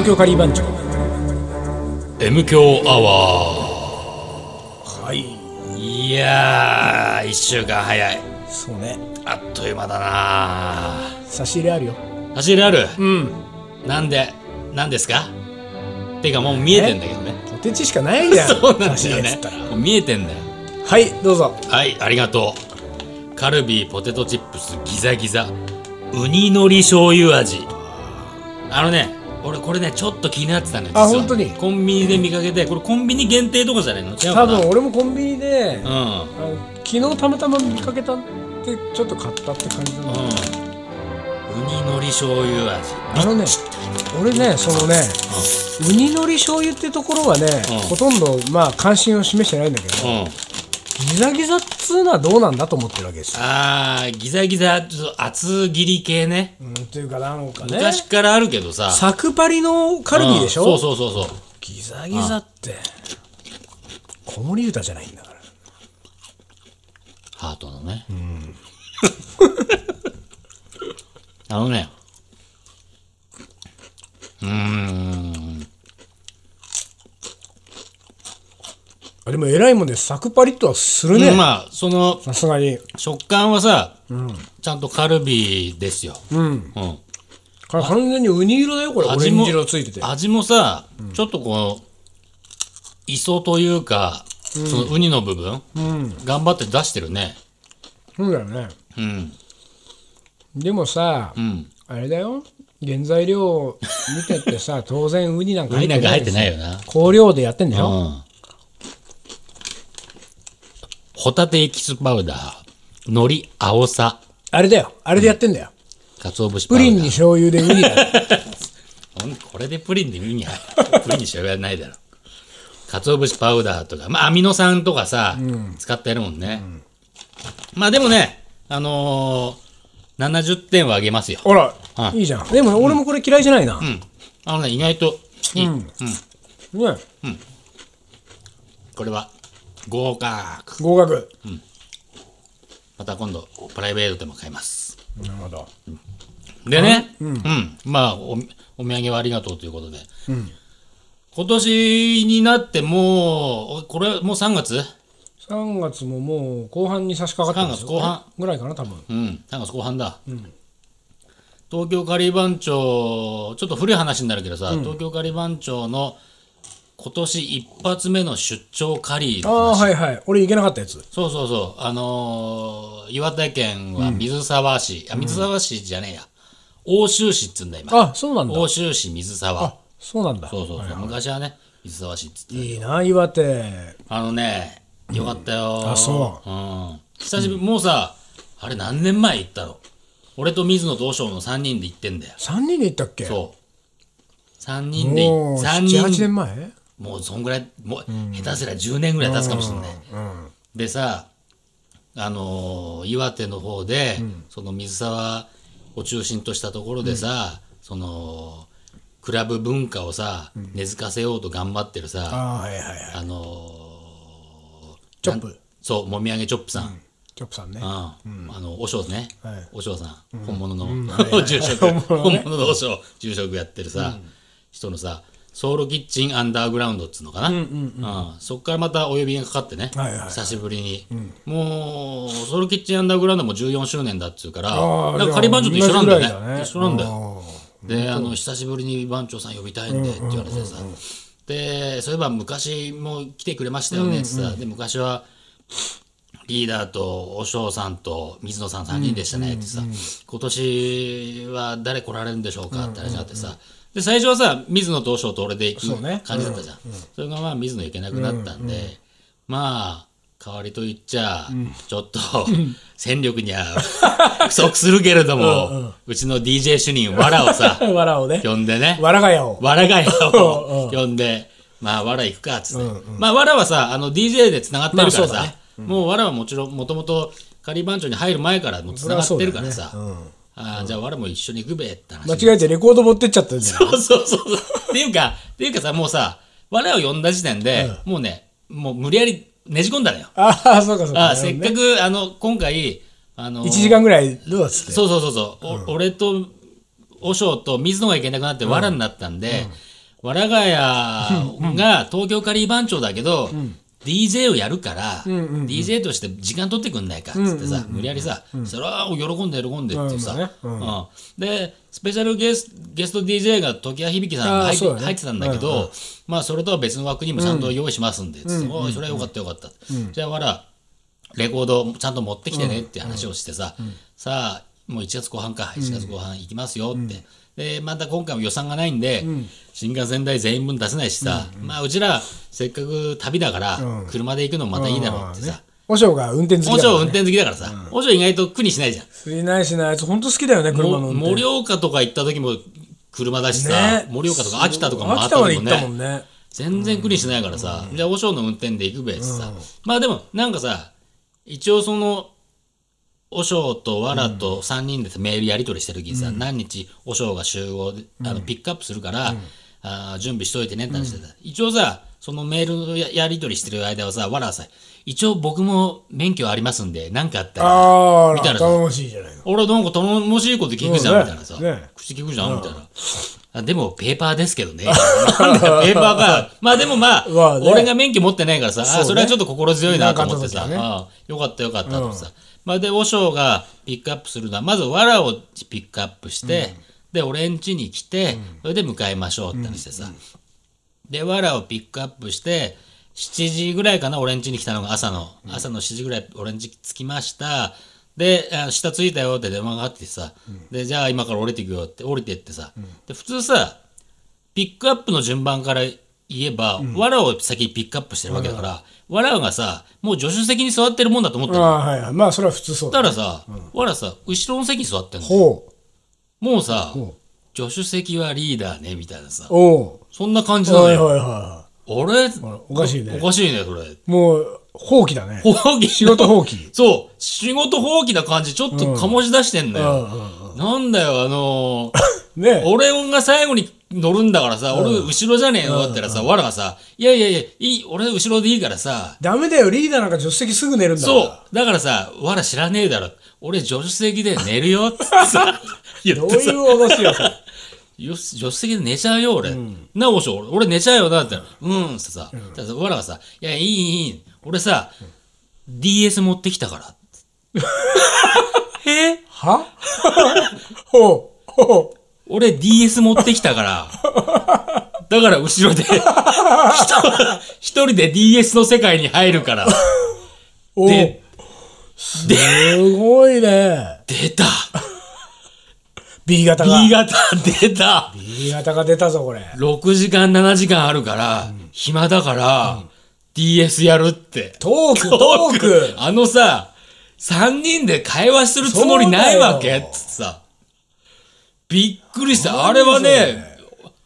東京カリー番長。 M 強アワはい。 ー。いやー、1週間早い。 そうね。 あっという間だな。 差し入れあるよ。 差し入れある。 うん。 なんですか。てかもう見えてんだけどね。 お手ちしかないじゃん。 そうなん差しだよね入れっつったら。 もう見えてんだよ。 はいどうぞ。 はいありがとう。カルビーポテトチップスギザギザウニのり醤油味。俺これねちょっと気になってたのよ。 あ本当に。 コンビニで見かけて、これコンビニ限定とかじゃないの？違うかな。 多分俺もコンビニで、 うん、 昨日たまたま見かけたってちょっと買ったって感じだな。 ウニのり醤油味。 俺ねそのね、ウニのり醤油ってところはね、ほとんどまあ関心を示してないんだけど、ギザギザっつうのはどうなんだと思ってるわけですよ。 ギザギザちょっと厚切り系ね。 っていうかなんかね、 昔からあるけどさ、 サクパリのカルビでしょ。 そうギザギザって子守歌じゃないんだから。 ハートのね。でも偉いもんでサクパリッとはするね。 まあそのさすがに食感はさ、ちゃんとカルビですよ。 完全にウニ色だよこれ。オレンジ色ついてて味もさ、ちょっとこう磯というか、そのウニの部分、頑張って出してるね。 そうだよね。でもさ、あれだよ、原材料見てってさ当然ウニなんか入ってないよな。 香料でやってんだよ。 ホタテエキスパウダー、海苔、アオサ、 あれだよ、あれでやってんだよ。 鰹節パウダー。 プリンに醤油でウニだこれでプリンでウニ入る。プリンに醤油はないだろ。鰹節パウダーとか、まあアミノ酸とかさ、使ってやるもんね。まあでもね、70点はあげますよ。 ほら、いいじゃん。でも俺もこれ嫌いじゃないな。 意外といい。 ね。 これは合格。また今度プライベートでも買います。 なるほど。 でね、まあお土産はありがとうということで、今年になってもうこれもう3月ももう後半に差し掛かってますよ。 3月後半ぐらいかな多分。 3月後半だ。東京カリー番長、ちょっと古い話になるけどさ、東京カリー番長の今年一発目の出張カリーの話。 俺行けなかったやつ。 そう岩手県は水沢市、水沢市じゃねえや、奥州市っつうんだ今。 そうなんだ。 奥州市水沢。 そうなんだ。 昔はね水沢市っつって。 いいな岩手。 よかったよ。 そう。 久しぶり。もうさあれ何年前行ったの？俺と水野と和尚の3人で行ってんだよ。 3人で行ったっけ？ そう3人で 7、8年前？ もうそんぐらい、もう下手すりゃ10年ぐらい経つかもしれない。でさ、岩手の方で、その水沢を中心としたところでさ、そのクラブ文化をさ、根付かせようと頑張ってるさ、 チョップ。 そう、もみあげチョップさん。 チョップさんね。 和尚ね。和尚さん。本物の住職。本物の和尚、住職やってるさ、人のさ、ソウルキッチンアンダーグラウンドっつうのかな。そっからまたお呼びがかかってね。久しぶりに。もう、ソウルキッチンアンダーグラウンドも14周年だっつうから、なんか仮番長と一緒なんだよね。一緒なんだよ。で、久しぶりに番長さん呼びたいんでって言われてさ。で、そういえば昔も来てくれましたよねってさ。で、昔は、リーダーと和尚さんと水野さん3人でしたねってさ、今年は誰来られるんでしょうかって話があってさ、で最初はさ水野と和尚と俺で行く感じだったじゃん。それがまあ水野行けなくなったんで、まあ代わりと言っちゃちょっと戦力には不足するけれども、うちの DJ 主任わらをさ呼んでね、わらがやを呼んで、まあわら行くかっつって、まあわらはさDJ でつながってるからさ、もうわらはもちろんもともと仮番長に入る前からもつながってるからさ、じゃあ我も一緒に行くべって話。 間違えてレコード持ってっちゃったんだよ。 そうっていうかさ、もうさ我を呼んだ時点で、もうねもう無理やりねじ込んだのよ。 そうか。 せっかく今回 1時間ぐらいどうだっつって。 そう、俺と和尚と水野が行けなくなって藁になったんで、 わらがやが東京カリー番長だけど、DJ をやるから、DJ として時間取ってくんないかっつってさ、無理やりさ、それは喜んでってさ、でスペシャルゲスト DJ が常盤響さんが入ってたんだけど、まあそれとは別の枠にもちゃんと用意しますんでつって、おいそれはよかったよかった、じゃあわらレコードちゃんと持ってきてねって話をしてさ、さあもう1月後半か、1月後半行きますよって。でまた今回も予算がないんで、新幹線代全員分出せないしさ、まあうちらせっかく旅だから、車で行くのもまたいいだろうってさ。 和尚が運転好きだから、 和尚運転好きだからさ、和尚意外と苦にしないじゃん。 しない、あいつ本当好きだよね、車の運転。 盛岡とか行った時も車だしさ、盛岡とか秋田とかもあった時もね、全然苦にしないからさ、じゃあ和尚の運転で行くべってさ。まあでもなんかさ、一応その和尚とわらと3人でメールやり取りしてる時にさ、何日和尚が集合でピックアップするから、準備しといてねって話してた。一応さ、そのメールのやり取りしてる間はさ、わらはさ、一応僕も免許ありますんで、何かあったら、みたいなさ、 頼もしいじゃないの。 俺なんか頼もしいこと聞くじゃん、みたいなさ、口聞くじゃん、みたいな。でもペーパーですけどね。なんだよペーパーか。まあでもまあ、俺が免許持ってないからさ、それはちょっと心強いなと思ってさ、よかったよかったとさ。まあで、和尚がピックアップするのは、まずわらをピックアップして、で、俺ん家に来て、それで迎えましょうって話してさ。で、わらをピックアップして、7時ぐらいかな、俺ん家に来たのが朝の7時ぐらい俺ん家着きました。で、下着いたよって電話があってさ、で、じゃあ今から降りていくよって、降りてってさ、で、普通さ、ピックアップの順番から言えば、わらを先にピックアップしてるわけだから、わらがさ、もう助手席に座ってるもんだと思ったの。 まあそれは普通そうだ。だからさ、わらさ、後ろの席に座ってんの。もうさ、助手席はリーダーね、みたいなさ。そんな感じなのよ。俺、 おかしいね。 おかしいね、それ。 もう、放棄だね。 仕事放棄。そう、仕事放棄な感じ、ちょっと醸し出してんだよ。なんだよ、俺が最後に乗るんだからさ、俺後ろじゃねえのだったらさ、わらがさ、いや、俺後ろでいいからさ。 ダメだよ、リーダーなんか助手席すぐ寝るんだから。 そう。だからさ、わら知らねえだろ。俺助手席で寝るよってさ、 言ってさ。どういう脅しよ、 助手席で寝ちゃうよ、俺。なおしょ、俺寝ちゃうよなって言ったら、ってさ、わらがさ、いや、いい。俺さ、DS 持ってきたから。 は俺 DS 持ってきたから。だから後ろで、一人で DS の世界に入るから。 すごいね。 出た。 B 型が。 B 型出た。 B 型が出たぞ、これ。 6時間、7時間あるから、暇だから、DS やるって。 トークあのさ、3人で会話するつもりないわけってさ。びっくりした。あれはね、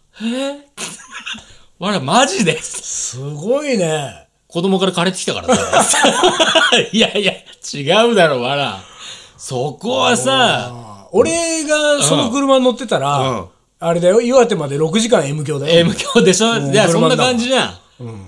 わら、マジで。 すごいね。 子供から借りてきたからさ。いや、違うだろ、わら。そこはさ、 俺がその車に乗ってたら、あれだよ、岩手まで6時間 M 響だよ。 M 響でしょ。いや、そんな感じじゃん。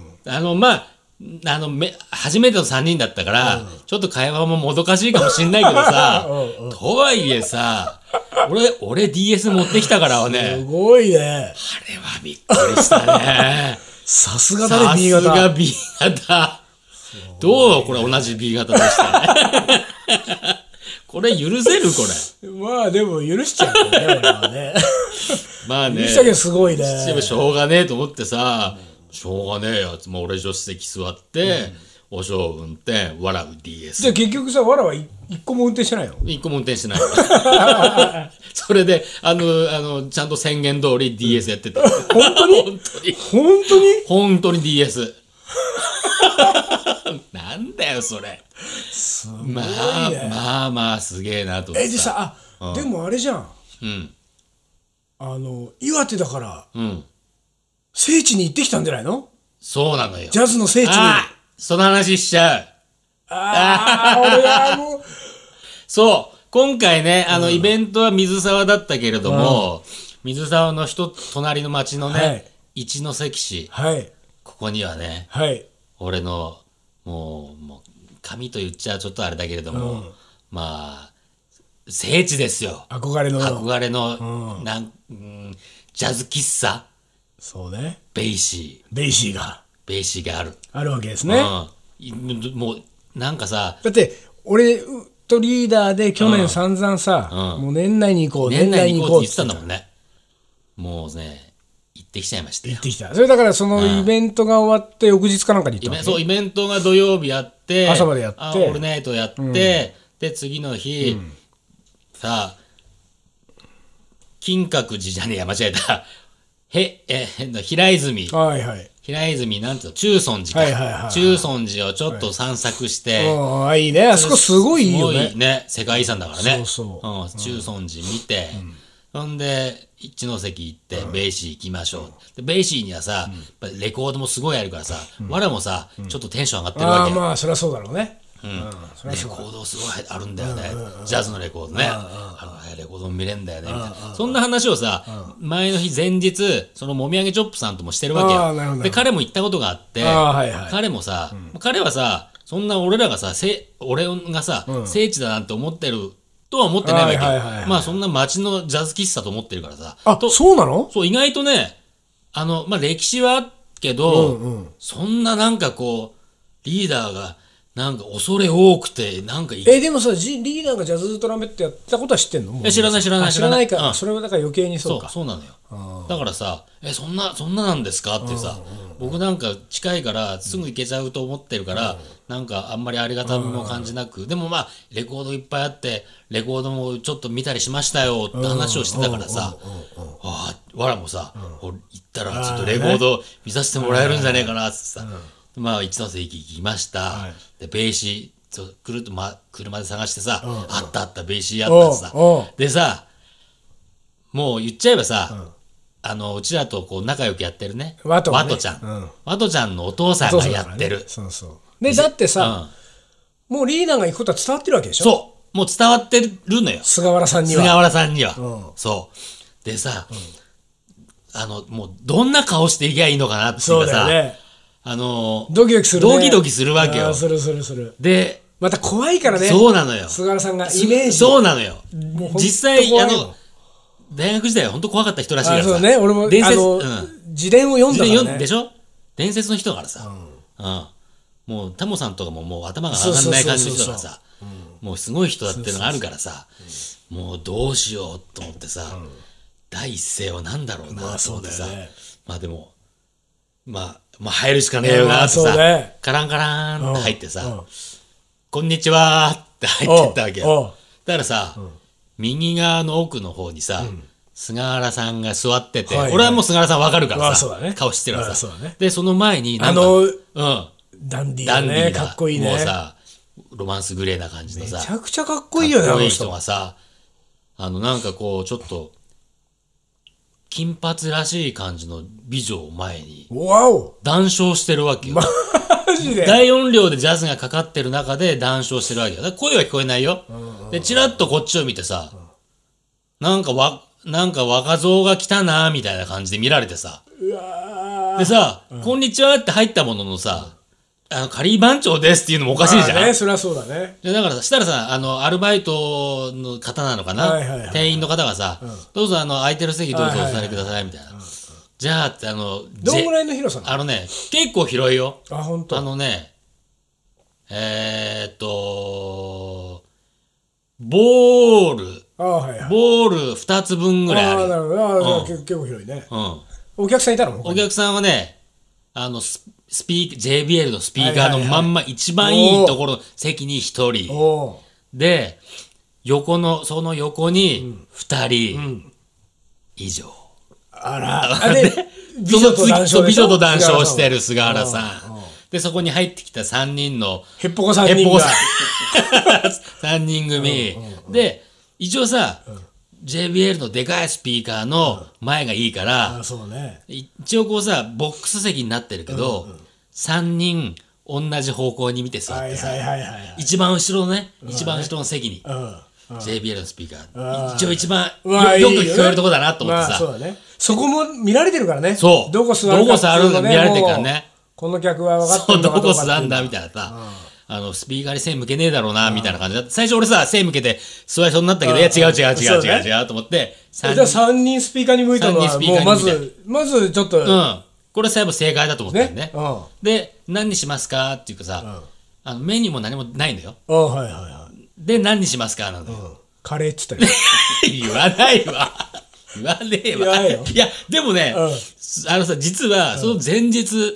初めての3人だったから、ちょっと会話ももどかしいかもしんないけどさ、とはいえさ、俺 DS 持ってきたからはね、 すごいね。あれはびっくりしたね。 さすがだね、B 型。 さすが B 型。どうこれ同じ B 型として。これ許せるこれ。 まあでも許しちゃうね、俺はね。 まあね。 許したけどすごいね。 しょうがねえと思ってさ、しょうがねえやつも俺助手席座って、おしょう運転、わらう DS。 じゃあ結局さ、わらは一個も運転してないの？ 一個も運転してない。それで、ちゃんと宣言通り DS やってた。 本当に本当に DS。なんだよ、それ。 すごいね。 まあ、すげえなと思って。 でさ、でもあれじゃん。岩手だから、聖地に行ってきたんじゃないの？ そうなのよ。 ジャズの聖地に。 その話しちゃう。 俺はもう。 そう。今回ね、イベントは水沢だったけれども、水沢の隣の町のね、一関市。ここにはね、俺の、もう、神と言っちゃちょっとあれだけれども、まあ、聖地ですよ。 憧れの、 ジャズ喫茶。 そうね。 ベイシベイシーがーがある。 あるわけですね。 もう、なんかさ、 だって、俺とリーダーで去年散々さ、もう年内に行こう、 年内に行こうって言ってたんんだもんね。もうね、行ってきちゃいましたよ行っ。てきた。それだからそのイベントが終わって翌日かなんかに行ったわけ。 そう、イベントが土曜日やって、 朝までやってオールナイトやって、で、次の日、さあ、金閣寺じゃねえや、間違えた。平泉。 はいはい。 平泉、なんていうの、中尊寺はいはいはいはか。 い中尊寺をちょっと散策して、 あ、いいね。あそこすごいいいよすごね。 いね、世界遺産だからね。 そう中尊寺見て、ほんで、一ノ関行って、ベイシー行きましょう。でベイシーにはさ、やっぱりレコードもすごいあるからさ、我らもさ、ちょっとテンション上がってるわけよ。 まあ、そりゃそうだろうね。 レコードすごいあるんだよね。ジャズのレコードね。レコードも見れんだよね。みたいな。そんな話をさ、前の日前日、そのもみあげチョップさんともしてるわけよ。で、彼も行ったことがあって、彼もさ、彼はさ、そんな俺らがさ、俺がさ、聖地だなんて思ってるとは思ってないわけよ。まあそんな街のジャズ喫茶と思ってるからさ。 あ、そうなの？ そう、意外とね、まあ歴史はあるけど、そんななんかこう、リーダーが、なんか恐れ多くて、なんかでもさ、リーダーがジャズトランペットやったことは知ってんの？もう知らないから、それはだから余計にそうか。 そうなのよ。だからさ、そんななんですかってさ、僕なんか近いからすぐ行けちゃうと思ってるから、なんかあんまりありがたみも感じなく、でもまあ、レコードいっぱいあって、レコードもちょっと見たりしましたよって話をしてたからさ、わらもさ、行ったらちょっとレコード見させてもらえるんじゃねえかなってさ、まあ、一ノ関行きました。で、ベイシー、車で探してさ、あった、ベイシーあったってさ。でさ、もう言っちゃえばさ、うちらとこう仲良くやってるね。ワトちゃん。ワトちゃんのお父さんがやってる。 そうそう。で、だってさ、もうリーダーが行くことは伝わってるわけでしょ？ そう。もう伝わってるのよ。 菅原さんには。 菅原さんには。そう。でさ、もうどんな顔していけばいいのかなっていうかさ、 ドキドキするね。 ドキドキするわけよ。 する。 で、 また怖いからね。 そうなのよ。 菅原さんがイメージ。 そうなのよ。実際、大学時代は本当怖かった人らしいからさ。 そうね、俺も、自伝を読んだからね。 でしょ？伝説の人だからさ。もう、タモさんとかももう頭が上がんない感じの人だからさ。もうすごい人だっていうのがあるからさ。もうどうしようと思ってさ。第一声は何だろうなと思ってさ。まあでも、まあ入るしかねえよなってさ。カランカランって入ってさ。こんにちはーって入ってったわけよ。だからさ、右側の奥の方にさ、菅原さんが座ってて、俺はもう菅原さんわかるからさ、顔知ってるからさ。で、その前になんか、 ダンディーね、かっこいいね。 もうさ、ロマンスグレーな感じのさ、 めちゃくちゃかっこいいよね、 かっこいい人がさ、なんかこう、ちょっと、金髪らしい感じの美女を前に、談笑してるわけよ。大音量でジャズがかかってる中で談笑してるわけよ。だから声は聞こえないよ。で、チラッとこっちを見てさ、なんか若造が来たなみたいな感じで見られてさ。でさ、こんにちはって入ったもののさ、仮番長ですっていうのもおかしいじゃん。 ね、そりゃそうだね。 で、だからしたらさ、アルバイトの方なのかな、店員の方がさ、どうぞ空いてる席どうぞお座りくださいみたいな。じゃあってどんぐらいの広さなの？ 結構広いよ。 あ、本当。 ボール2つ分ぐらいある。 なるほど。結構広いね。お客さんいたの？ お客さんはね、JBL のスピーカーのまんま一番いいところの席に1人。で、その横に2人以上。 あら。 美女と談笑してる菅原さん。で、そこに入ってきた3人の。 へっぽこ3人が。 3人組。で、一応さ、JBL のでかいスピーカーの前がいいから、一応こうさ、ボックス席になってるけど、3人同じ方向に見て座ってさ、一番後ろの席に。JBL のスピーカー。一応一番よく聞こえるとこだなと思ってさ。 そこも見られてるからね。 そう。どこ座るの見られてるからね。 この客は分かってるのかどうか。 どこ座るんだみたいなさ。 スピーカーに背向けねえだろうな、みたいな感じだった。最初俺さ、背向けて座りそうになったけど、いや、違うと思って。 じゃあ3人スピーカーに向いたのは、もうまずちょっと。 これさ、やっぱ正解だと思ったよね。で、何にしますかっていうかさ、メニューも何もないんだよ。で、何にしますかなんだよ。 カレーっつったよ。 言わないわ。言わねえわ。いや、でもね、実は、その前日、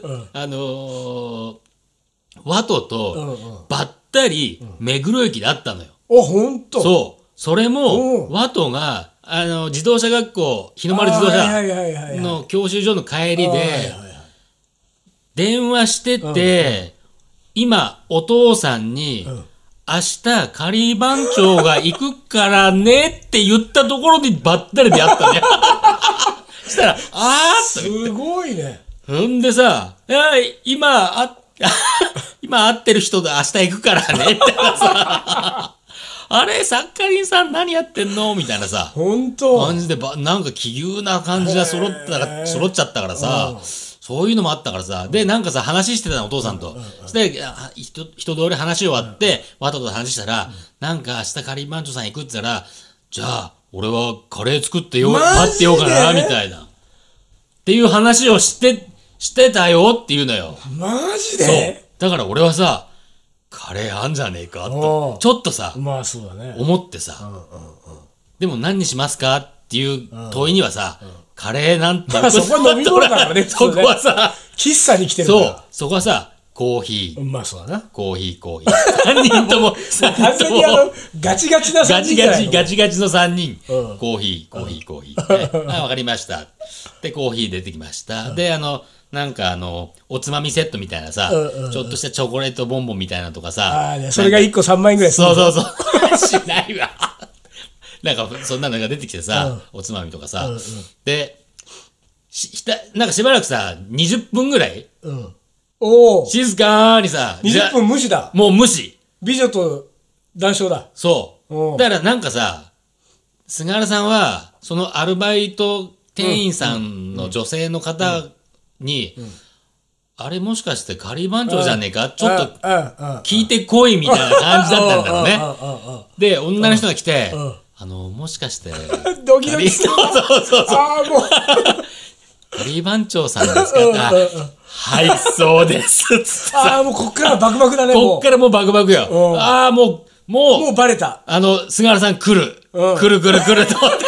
ワトとばったり目黒駅で会ったのよ。 ほんと？ そう。それも、ワトが、自動車学校、日の丸自動車の教習所の帰りで、電話してて、今、お父さんに、明日、仮番長が行くからねって言ったところにばったり出会ったね。したら、 すごいね。 んでさ、今会ってる人で明日行くからねってさ、あれ、サッカリンさん何やってんのみたいなさ、 本当感じでなんか奇遇な感じが揃っちゃったからさ、そういうのもあったからさ、で、なんかさ、話してたの、お父さんと。そして、一通り話終わって、わたと話したら、なんか明日仮番長さん行くって言ったら、じゃあ、俺はカレー作って待ってようかな、みたいな。っていう話をしてたよって言うのよ。 マジで？ そう。だから俺はさ、カレーあんじゃねえかと、ちょっとさ、 そうだね。 思ってさ、でも何にしますかっていう問いにはさ、カレーなんて。 そこは飲み物だからね、 そこはさ、 喫茶に来てるから。 そう。そこはさ、コーヒー。 そうだな。 コーヒー。3人とも、 完全にガチガチな3人。 ガチガチの3人。コーヒー。わかりました。で、コーヒー出てきました。で、なんかおつまみセットみたいなさ、ちょっとしたチョコレートボンボンみたいなとかさ。 それが1個3万円ぐらいする。 そう。しないわ。なんか、そんなのが出てきてさ、おつまみとかさ。で、なんかしばらくさ、20分ぐらい静かにさ、 20分無視だ。 もう無視。 美女と談笑だ。 そう。だからなんかさ、菅原さんは、そのアルバイト店員さんの女性の方に、あれもしかして仮番長じゃねえかちょっと聞いてこいみたいな感じだったんだろうね。で、女の人が来て、もしかして、 ドキドキする。 そう。仮番長さんですかはい、そうです。 もうこっからバクバクだね。 こっからもうバクバクよ。もうバレた。 菅原さん来る。来ると思って。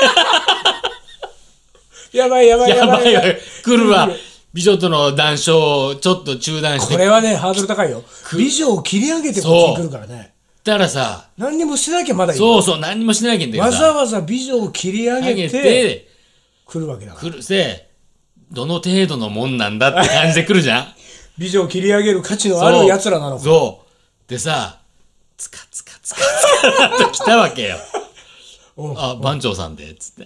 やばい。 来るわ。美女との談笑をちょっと中断して。 これはね、ハードル高いよ。美女を切り上げてこっちに来るからね。 だからさ、 何にもしなきゃまだいい。 そう、何にもしなきゃいけない。 わざわざ美女を切り上げて、来るわけだから。 どの程度のもんなんだって感じで来るじゃん。 美女を切り上げる価値のある奴らなのか。 そう。でさ、つかと来たわけよ。番長さんで、つって。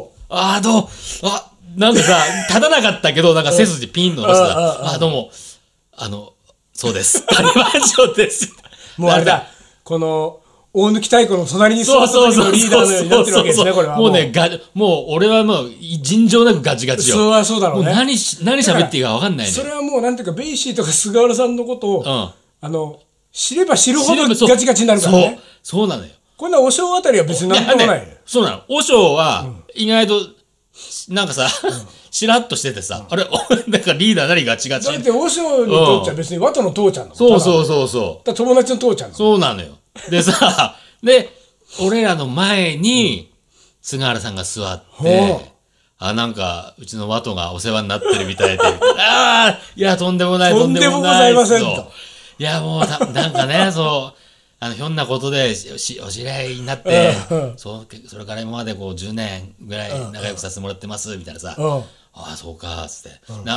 なんかさ、立たなかったけど、なんか背筋ピンのさ、どうも、そうです。番長です。 もうあれだ、この、大抜き太鼓の隣に座った時のリーダーのようになってるわけですね、これは。 もうね、もう俺はもう、尋常なくガチガチよ。 そうだろうね。 もう何喋っていいか分かんないね。 それはもうなんていうか、ベイシーとか菅原さんのことを、知れば知るほどガチガチになるからね。 そうなのよ。 こんなお正あたりは別になんともない。 そうなの。お正は、意外と、なんかさ、しらっとしててさ、あれ、なんかリーダー何ガチガチ。 だってお正の父ちゃん別にワトの父ちゃんなの。 そう。 友達の父ちゃんなの。 そうなのよ。でさ、俺らの前に、菅原さんが座って、なんか、うちのワトがお世話になってるみたいで、いや、とんでもない。 とんでもございませんと。 いや、もう、なんかね、ひょんなことでお知り合いになって、それから今まで10年ぐらい仲良くさせてもらってます、みたいなさ、そうか、つって。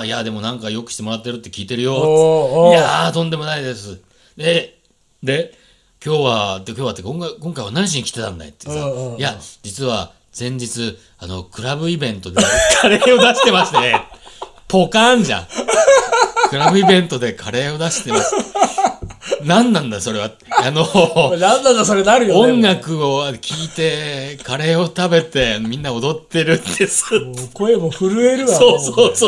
いや、でもなんかよくしてもらってるって聞いてるよ、いやとんでもないです。で、今日はって今回は何しに来てたんだいってさ、いや、実は前日、クラブイベントでカレーを出してましてね、ポカーンじゃん。クラブイベントでカレーを出してます。何なんだそれは。 何なんだそれなるよね。 音楽を聴いて、カレーを食べて、みんな踊ってるんです。 声も震えるわ。 そう。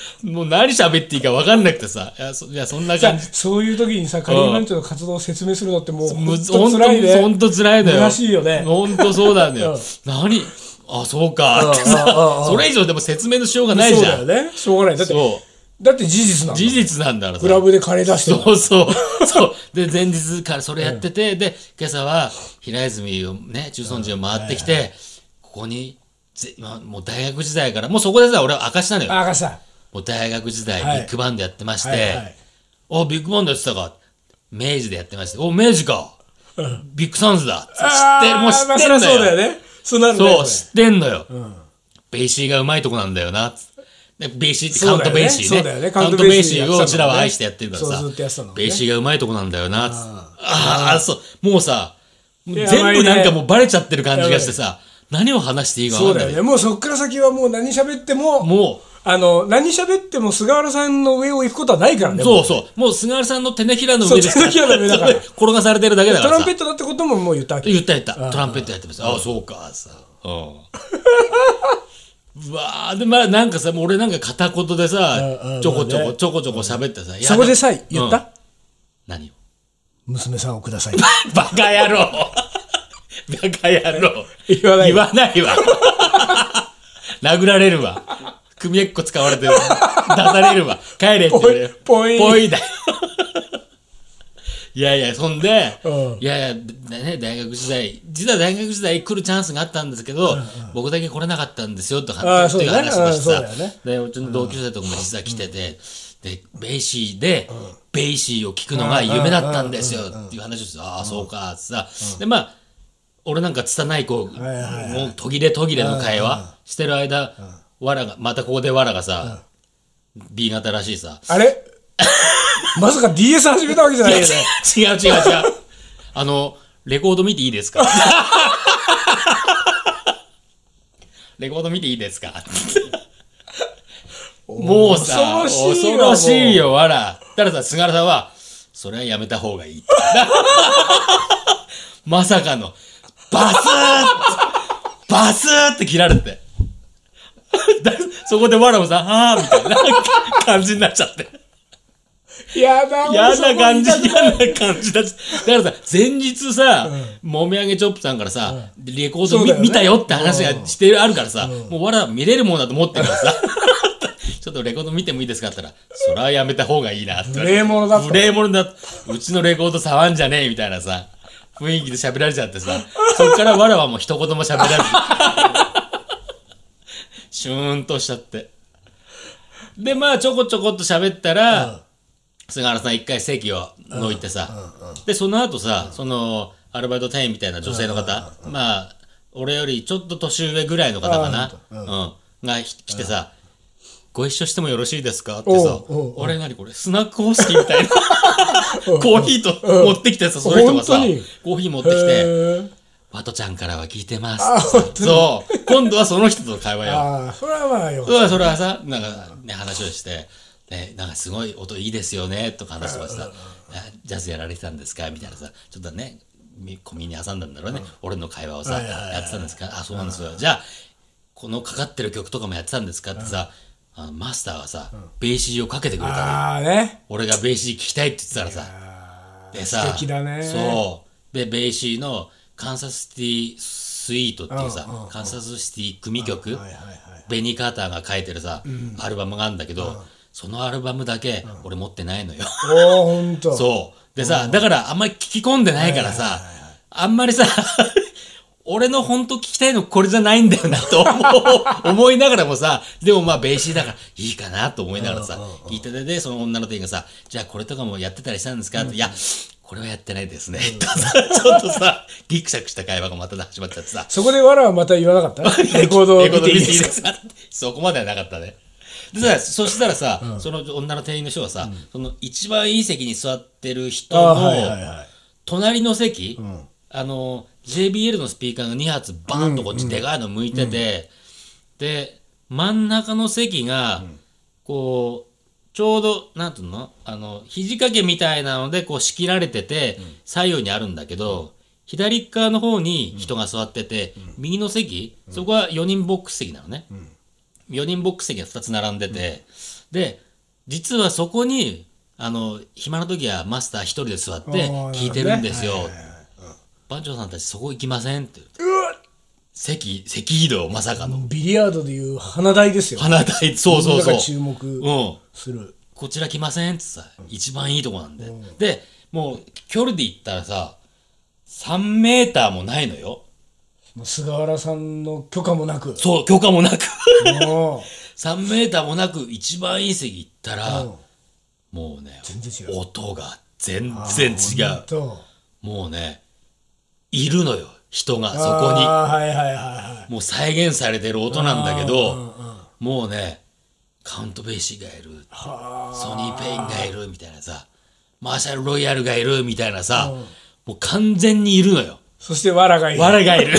もう何喋っていいか分かんなくてさ、いやそんな感じ。 そういう時にさ、カリーマンチョの活動を説明するのってもうほ本んと当辛いね。 ほんと辛いのよ。 難しいよね。 ほんとそうなんだよ。何あ、そうかってさ、それ以上でも説明のしようがないじゃん。 そうだよね。しょうがない。だって事実なんだ。 事実なんだからさ。 クラブで金出してる。 そう。で、前日からそれやってて、で、今朝は平泉をね、中尊寺を回ってきて、ここに、もう大学時代から、もうそこでさ、俺は明かしたのよ。 明かした。 もう大学時代、ビッグバンドやってまして、お、ビッグバンドやってたか。明治でやってまして、お、明治か。ビッグサウンズだ。知ってる、もう知ってるんだよ。 そうだよね。そう、 知ってんのよ。ベイシーがうまいとこなんだよな。ベイシーってカウントベイシーね。カウントベイシーをうちらは愛してやってるからさ、ベイシーがうまいとこなんだよな。そう。もうさ、全部なんかもうバレちゃってる感じがしてさ、何を話していいか分かんない。 そうだよね。もうそっから先はもう何喋っても、何喋っても菅原さんの上を行くことはないからね。 そう。もう菅原さんの手のひらの上ですから。 手のひらの上だから。 転がされてるだけだからさ。 トランペットだってことももう言ったわけ。 言った。トランペットやってます。ああ、そうか、さ。うわーで、まあなんかさ、俺なんか片言でさ、ちょこちょこ喋ってさ。 そこでさ、言った何を娘さんをください。 バカ野郎バカ野郎言わないわ。殴られるわ。組えっこ使われてる。出されるわ。帰れって言われる。ポイだよ。いや、そんで、ね、大学時代、実は大学時代来るチャンスがあったんですけど、僕だけ来れなかったんですよ、という話もしてさ、で、うちの同級生とかも実は来てて、で、ベイシーで、ベイシーを聞くのが夢だったんですよ、っていう話をして、ああ、そうか、ってさ、で、まあ、俺なんか拙い、もう途切れの会話してる間、またここでわらがさ、B 型らしいさ。 あれまさか DS 始めたわけじゃないよね。 違う。レコード見ていいですかレコード見ていいですかもうさ、恐ろしいよ、わら。たださ、菅原さんは、それはやめた方がいい。まさかの、バスーって切られて。そこでわらもさ、はぁみたいな感じになっちゃって。嫌な感じだし。だからさ、前日さ、もみあげチョップさんからさ、レコード見たよって話があるからさ、もうわら見れるもんだと思ってるからさ、ちょっとレコード見てもいいですかって言ったら、それはやめた方がいいなって。無礼者だ。うちのレコード触んじゃねえみたいなさ、雰囲気で喋られちゃってさ、そっからわらはもう一言も喋らず。シューンとしちゃって。で、まあ、ちょこちょこっと喋ったら、菅原さん一回席を抜いてさ、で、その後さ、その、アルバイト店員みたいな女性の方、まあ、俺よりちょっと年上ぐらいの方かな、が来てさ、ご一緒してもよろしいですかってさ、俺何これ、スナック方式みたいな、コーヒーと持ってきてさ、その人がさ、コーヒー持ってきて、ワトちゃんからは聞いてます。そう。今度はその人と会話よ。 それはまあよ。 それはさ、なんかね、話をして、なんかすごい音いいですよね、とか話してました。ジャズやられてたんですかみたいなさ、ちょっとね、小耳に挟んだんだろうね。俺の会話をさ、やってたんですかあ、そうなんですよ。じゃあ、このかかってる曲とかもやってたんですかってさ、マスターがさ、ベーシーをかけてくれたの。俺がベーシー聴きたいって言ってたらさ、でさ、 素敵だね。 そう。で、ベーシーのカンサスシティスイートっていうさ、カンサスシティ組曲、ベニー・カーターが書いてるさ、アルバムがあるんだけど、そのアルバムだけ俺持ってないのよ。 ほんと。 そう。でさ、だからあんまり聞き込んでないからさ、あんまりさ、俺の本当聞きたいのこれじゃないんだよなと思いながらもさ、でもまあベーシーだからいいかなと思いながらさ、聞いてて、その女の店員がさ、じゃあこれとかもやってたりしたんですかって、いや、これはやってないですね。ちょっとさ、ギクシャクした会話がまた始まっちゃってさ。 そこでわらはまた言わなかったレコード見ていいですかそこまではなかったね。でさ、そしたらさ、その女の店員の人がさ、その一番いい席に座ってる人の隣の席、JBL のスピーカーが2発バーンとこっちでかいの向いてて、で、真ん中の席が、こう、ちょうど、なんていうの肘掛けみたいなので、こう仕切られてて、左右にあるんだけど、左側の方に人が座ってて、右の席、そこは4人ボックス席なのね。4人ボックス席が2つ並んでて、 で実はそこに暇な時はマスター一人で座って聞いてるんですよ。番長さんたちそこ行きませんって言って。席移動まさかの。 ビリヤードでいう花台ですよ。 花台、そうそうそう。 注目する。 こちら来ませんってさ、一番いいとこなんで。で、もう距離で言ったらさ、3メーターもないのよ。 菅原さんの許可もなく。 そう、許可もなく。3メーターもなく一番いい席行ったら、もうね、 全然違う。 音が全然違う。もうね、いるのよ、人がそこに。もう再現されてる音なんだけど、もうね、カウント・ベイシーがいる、ソニー・ペインがいるみたいなさ、マーシャル・ロイヤルがいるみたいなさ、もう完全にいるのよ。 そしてわらがいる。 わらがいる。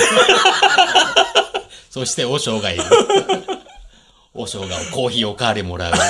そして和尚がいる。和尚がコーヒーおかわりもらう。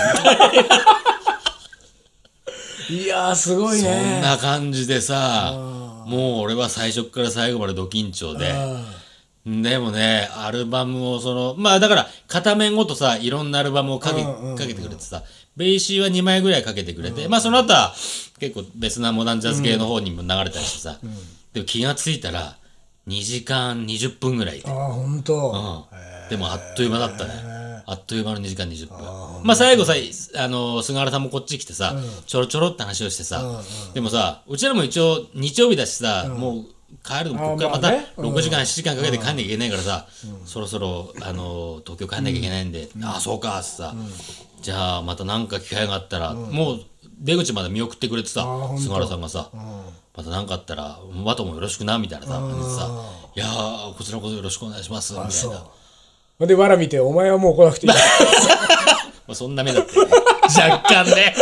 いやーすごいね。 そんな感じでさ、もう俺は最初から最後までド緊張で。でもね、アルバムをまあだから片面ごとさ、いろんなアルバムをかけてくれてさ、ベイシーは2枚ぐらいかけてくれて、まあその後は結構別なモダンジャズ系の方にも流れたりしてさ、でも気がついたら2時間20分ぐらいいて。 ほんと。 でもあっという間だったね。あっという間の2時間20分。まあ最後さ、菅原さんもこっち来てさ、ちょろちょろって話をしてさ、でもさ、うちらも一応日曜日だしさ、もう帰るのこっからまた6時間7時間かけて帰んなきゃいけないからさ、そろそろ東京帰んなきゃいけないんで、ああそうかってさ、じゃあまた何か機会があったら、もう出口まで見送ってくれてさ、菅原さんがさ、また何かあったらワトもよろしくなみたいなさ、いやーこちらこそよろしくお願いしますみたいな。 で、わら見て、お前はもう来なくていい。 そんな目だって、ね、若干ね。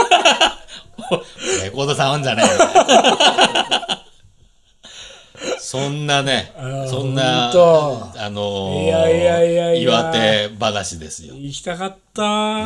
レコードサウンドじゃないよ。そんなね、そんな、岩手話ですよ。 行きたかった。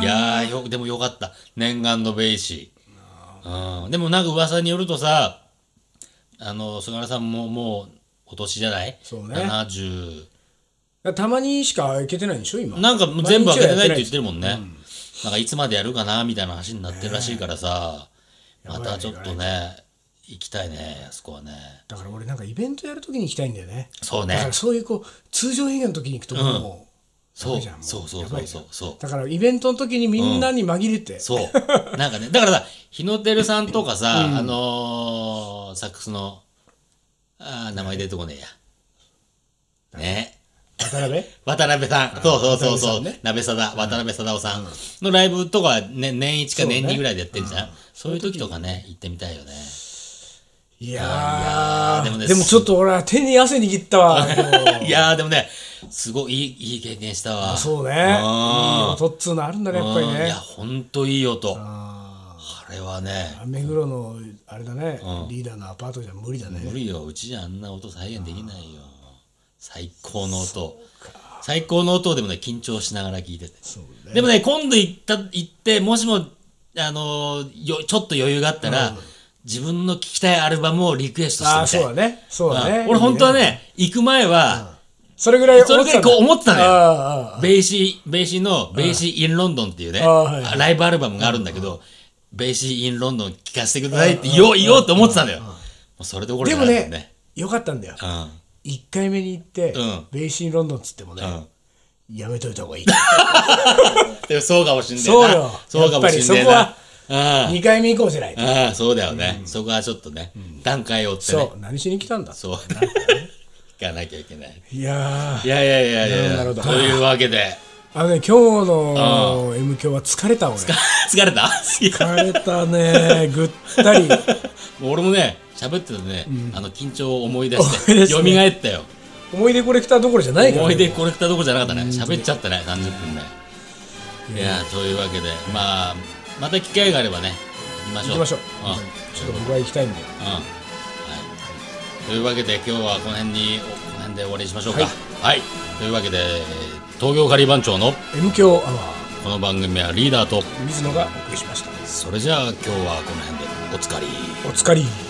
いやー、でもよかった。念願のベイシー。でもなんか噂によるとさ、菅原さんももうお年じゃない？そうね。70。 たまにしか行けてないんでしょ今。 なんか全部開けてないって言ってるもんね。なんかいつまでやるかなみたいな話になってるらしいからさ、またちょっとね行きたいねあそこはね。 だから俺なんかイベントやるときに行きたいんだよね。 そうね。 だからそういう通常営業の時に行くともうそうだからイベントの時にみんなに紛れて。 そうなんかね、だからさ、日野照さんとかさ、サックスの名前出てこねえやね。渡辺さん。そう。鍋貞、渡辺貞夫さんのライブとか年1か年2ぐらいでやってるじゃん。そういう時とかね、行ってみたいよね。 いやー、でもちょっと俺は手に汗握ったわ。 いやー、でもね、すごいいい経験したわ。 そうね。いい音っつうのあるんだね、やっぱりね。 いや、ほんといい音。あれはね。 目黒の、あれだね、リーダーのアパートじゃ無理だね。 無理よ。うちじゃあんな音再現できないよ。最高の音。最高の音でもね、緊張しながら聞いてて。でもね、今度行って、もしも、ちょっと余裕があったら、自分の聴きたいアルバムをリクエストしてみたい。 そうだね。 俺本当はね、行く前は、 それぐらい思ってたのよ。ベイシーのベイシー・イン・ロンドンっていうね、ライブアルバムがあるんだけど、ベイシー・イン・ロンドン聴かせてくださいって言おうと思ってたのよ。それどころじゃないもんね。 でもね、よかったんだよ。1回目に行って、ベイシー・イン・ロンドンっつってもね、やめといた方がいい。 でもそうかもしんないな。 そうよ。 そうかもしんないな。 2回目行こうじゃないと。 そうだよね。そこはちょっとね、段階を追ってね。 そう、何しに来たんだ。 そう。行かなきゃいけない。 いやというわけで。 今日の M 響は疲れた俺。 疲れた？ 疲れたね。ぐったり。 俺もね、喋ってたね、緊張を思い出して、蘇ったよ。 思い出コレクターどころじゃないから。 思い出コレクターどころじゃなかったね。喋っちゃったね、30分ね。いや、というわけで、まあ、また機会があればね、行きましょう。 ちょっと僕は行きたいんで。 というわけで、今日はこの辺で終わりにしましょうか。はい。というわけで、東京カリー番長の M 響アワー。 この番組はリーダーと水野がお送りしました。 それじゃあ今日はこの辺でおつかり。 おつかり。